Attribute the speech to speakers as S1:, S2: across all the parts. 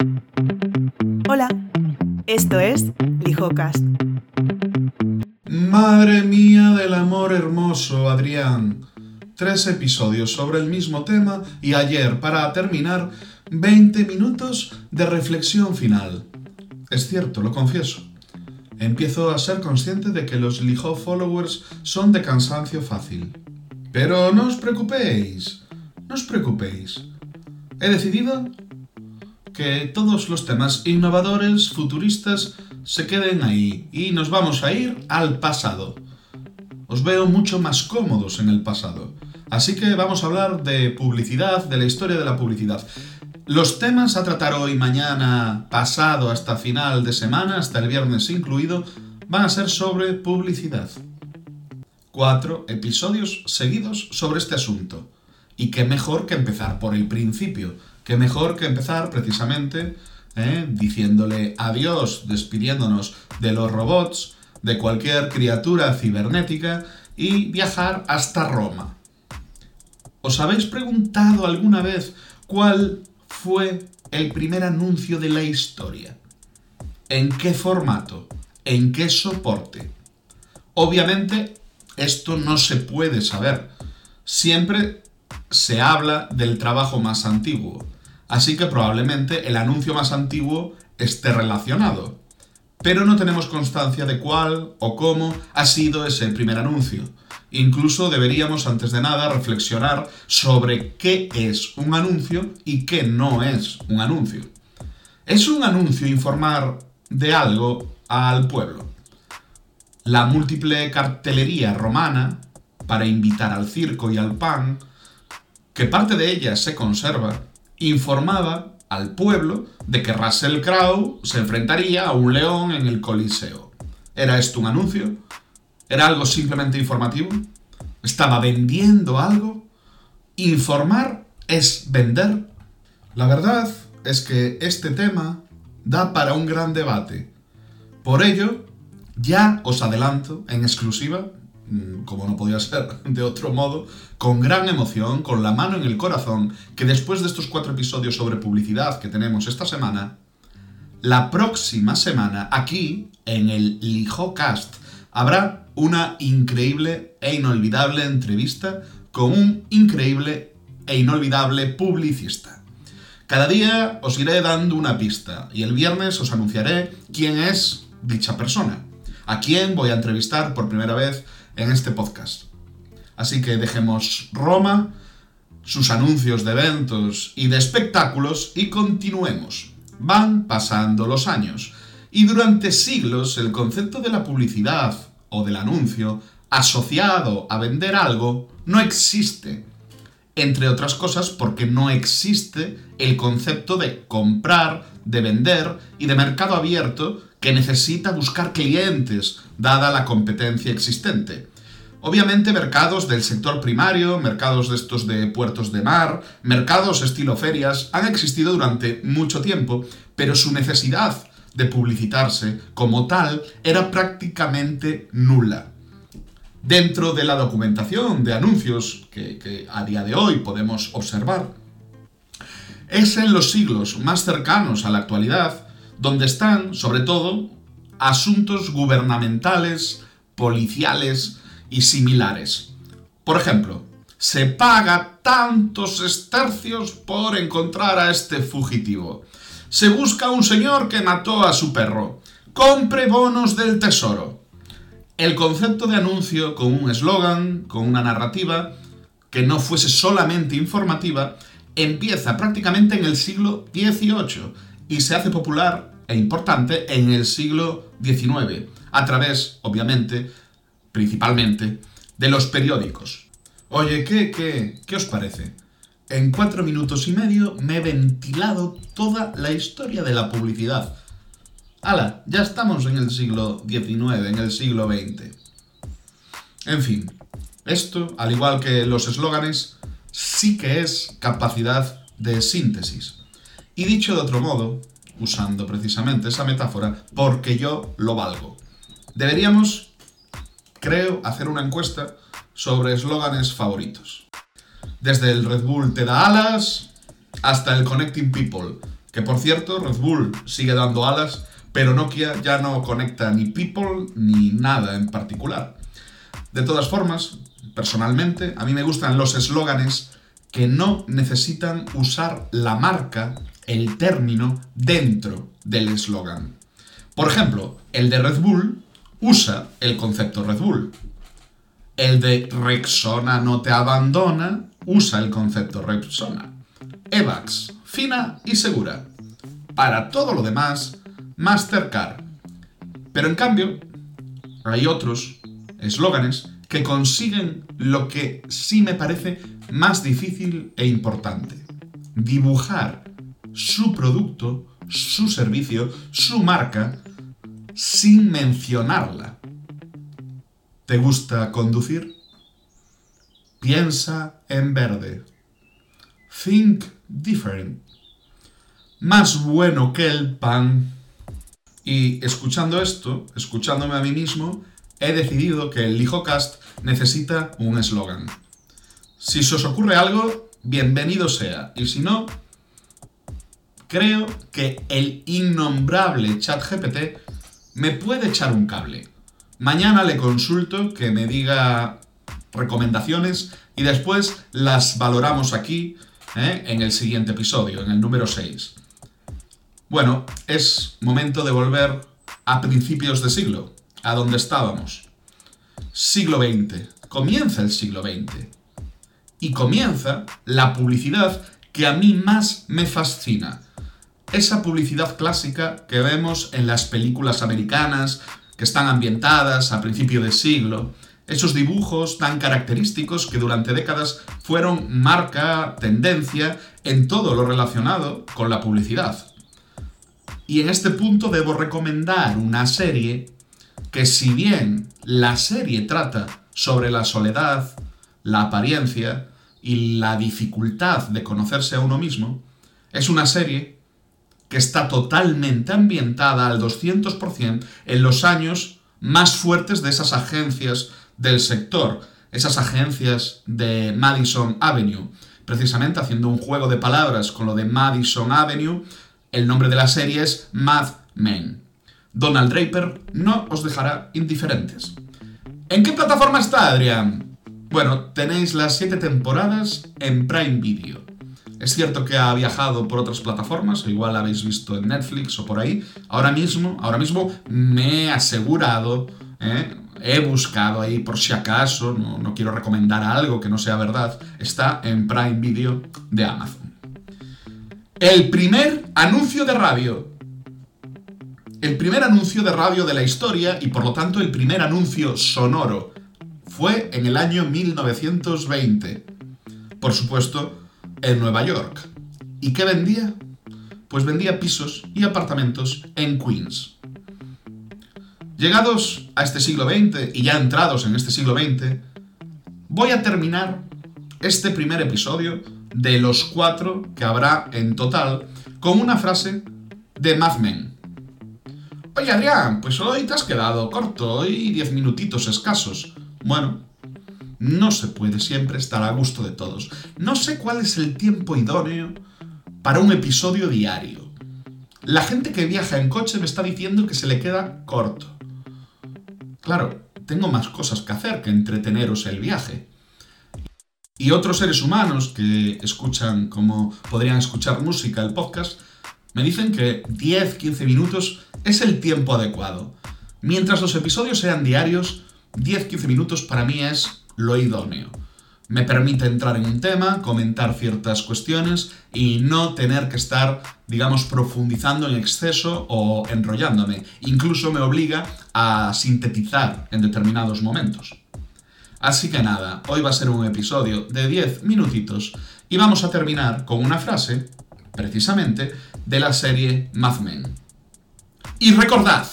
S1: Hola, esto es Lijocast.
S2: Madre mía del amor hermoso, Adrián. 3 episodios sobre el mismo tema y ayer, para terminar, 20 minutos de reflexión final. Es cierto, lo confieso. Empiezo a ser consciente de que los Lijó followers son de cansancio fácil. Pero no os preocupéis. He decidido que todos los temas innovadores, futuristas, se queden ahí y nos vamos a ir al pasado. Os veo mucho más cómodos en el pasado. Así que vamos a hablar de publicidad, de la historia de la publicidad. Los temas a tratar hoy, mañana, pasado, hasta final de semana, hasta el viernes incluido, van a ser sobre publicidad. 4 episodios seguidos sobre este asunto. Y qué mejor que empezar por el principio. Qué mejor que empezar precisamente diciéndole adiós, despidiéndonos de los robots, de cualquier criatura cibernética y viajar hasta Roma. ¿Os habéis preguntado alguna vez cuál fue el primer anuncio de la historia? ¿En qué formato? ¿En qué soporte? Obviamente, esto no se puede saber. Siempre se habla del trabajo más antiguo, así que probablemente el anuncio más antiguo esté relacionado, pero no tenemos constancia de cuál o cómo ha sido ese primer anuncio. Incluso deberíamos, antes de nada, reflexionar sobre qué es un anuncio y qué no es un anuncio. ¿Es un anuncio informar de algo al pueblo? La múltiple cartelería romana, para invitar al circo y al pan, que parte de ella se conserva, informaba al pueblo de que Russell Crowe se enfrentaría a un león en el Coliseo. ¿Era esto un anuncio? ¿Era algo simplemente informativo? ¿Estaba vendiendo algo? ¿Informar es vender? La verdad es que este tema da para un gran debate. Por ello, ya os adelanto en exclusiva, como no podía ser de otro modo, con gran emoción, con la mano en el corazón, que después de estos 4 episodios sobre publicidad que tenemos esta semana, la próxima semana, aquí, en el Lijocast, habrá una increíble e inolvidable entrevista con un increíble e inolvidable publicista. Cada día os iré dando una pista y el viernes os anunciaré quién es dicha persona, a quién voy a entrevistar por primera vez en este podcast. Así que dejemos Roma, sus anuncios de eventos y de espectáculos y continuemos. Van pasando los años y durante siglos el concepto de la publicidad o del anuncio asociado a vender algo no existe. Entre otras cosas porque no existe el concepto de comprar, de vender y de mercado abierto que necesita buscar clientes, dada la competencia existente. Obviamente mercados del sector primario, mercados de estos de puertos de mar, mercados estilo ferias, han existido durante mucho tiempo, pero su necesidad de publicitarse como tal era prácticamente nula. Dentro de la documentación de anuncios que a día de hoy podemos observar, es en los siglos más cercanos a la actualidad donde están, sobre todo, asuntos gubernamentales, policiales y similares. Por ejemplo, se paga tantos estercios por encontrar a este fugitivo. Se busca a un señor que mató a su perro. Compre bonos del tesoro. El concepto de anuncio con un eslogan, con una narrativa, que no fuese solamente informativa, empieza prácticamente en el siglo XVIII y se hace popular e importante en el siglo XIX, a través, obviamente, principalmente, de los periódicos. Oye, ¿qué os parece? En 4 minutos y medio me he ventilado toda la historia de la publicidad. ¡Hala! Ya estamos en el siglo XIX, en el siglo XX. En fin, esto, al igual que los eslóganes, sí que es capacidad de síntesis. Y dicho de otro modo, usando precisamente esa metáfora, porque yo lo valgo. Deberíamos, creo, hacer una encuesta sobre eslóganes favoritos. Desde el Red Bull te da alas hasta el Connecting People. Que por cierto, Red Bull sigue dando alas, pero Nokia ya no conecta ni people ni nada en particular. De todas formas, personalmente, a mí me gustan los eslóganes que no necesitan usar la marca, el término, dentro del eslogan. Por ejemplo, el de Red Bull usa el concepto Red Bull. El de Rexona no te abandona usa el concepto Rexona. Evax, fina y segura. Para todo lo demás, Mastercard. Pero en cambio, hay otros eslóganes que consiguen lo que sí me parece más difícil e importante. Dibujar su producto, su servicio, su marca, sin mencionarla. ¿Te gusta conducir? Piensa en verde. Think different. Más bueno que el pan. Y escuchando esto, escuchándome a mí mismo, he decidido que el LijoCast necesita un eslogan. Si se os ocurre algo, bienvenido sea. Y si no, creo que el innombrable ChatGPT me puede echar un cable. Mañana le consulto que me diga recomendaciones y después las valoramos aquí, en el siguiente episodio, en el número 6. Bueno, es momento de volver a principios de siglo, a donde estábamos. Siglo XX. Comienza el siglo XX. Y comienza la publicidad que a mí más me fascina. Esa publicidad clásica que vemos en las películas americanas, que están ambientadas a principio de siglo. Esos dibujos tan característicos que durante décadas fueron marca, tendencia en todo lo relacionado con la publicidad. Y en este punto debo recomendar una serie que, si bien la serie trata sobre la soledad, la apariencia y la dificultad de conocerse a uno mismo, es una serie que está totalmente ambientada al 200% en los años más fuertes de esas agencias del sector, esas agencias de Madison Avenue. Precisamente haciendo un juego de palabras con lo de Madison Avenue, el nombre de la serie es Mad Men. Donald Draper no os dejará indiferentes. ¿En qué plataforma está, Adrián? Bueno, tenéis las 7 temporadas en Prime Video. Es cierto que ha viajado por otras plataformas, igual la habéis visto en Netflix o por ahí. Ahora mismo me he asegurado, he buscado ahí por si acaso, no quiero recomendar algo que no sea verdad, está en Prime Video de Amazon. El primer anuncio de radio. El primer anuncio de radio de la historia y por lo tanto el primer anuncio sonoro fue en el año 1920. Por supuesto, en Nueva York. ¿Y qué vendía? Pues vendía pisos y apartamentos en Queens. Llegados a este siglo XX y ya entrados en este siglo XX, voy a terminar este primer episodio de los 4 que habrá en total con una frase de Mad Men. Oye, Adrián, pues hoy te has quedado corto, hoy 10 minutitos escasos. Bueno, no se puede siempre estar a gusto de todos. No sé cuál es el tiempo idóneo para un episodio diario. La gente que viaja en coche me está diciendo que se le queda corto. Claro, tengo más cosas que hacer que entreteneros el viaje. Y otros seres humanos que escuchan como podrían escuchar música, el podcast, me dicen que 10-15 minutos es el tiempo adecuado. Mientras los episodios sean diarios, 10-15 minutos para mí es lo idóneo. Me permite entrar en un tema, comentar ciertas cuestiones y no tener que estar, digamos, profundizando en exceso o enrollándome. Incluso me obliga a sintetizar en determinados momentos. Así que nada, hoy va a ser un episodio de 10 minutitos y vamos a terminar con una frase, precisamente, de la serie Mad Men. Y recordad,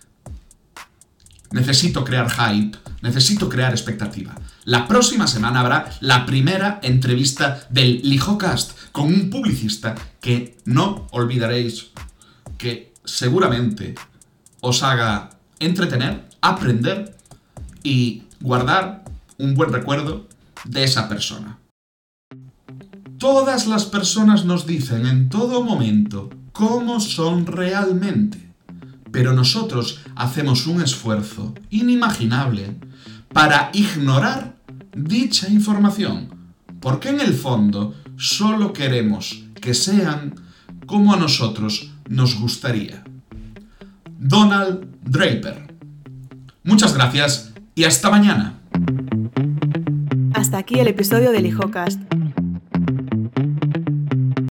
S2: necesito crear hype, necesito crear expectativa. La próxima semana habrá la primera entrevista del LijoCast con un publicista que no olvidaréis, que seguramente os haga entretener, aprender y guardar un buen recuerdo de esa persona. Todas las personas nos dicen en todo momento cómo son realmente. Pero nosotros hacemos un esfuerzo inimaginable para ignorar dicha información, porque en el fondo solo queremos que sean como a nosotros nos gustaría. Donald Draper. Muchas gracias y hasta mañana.
S1: Hasta aquí el episodio del HijOcast.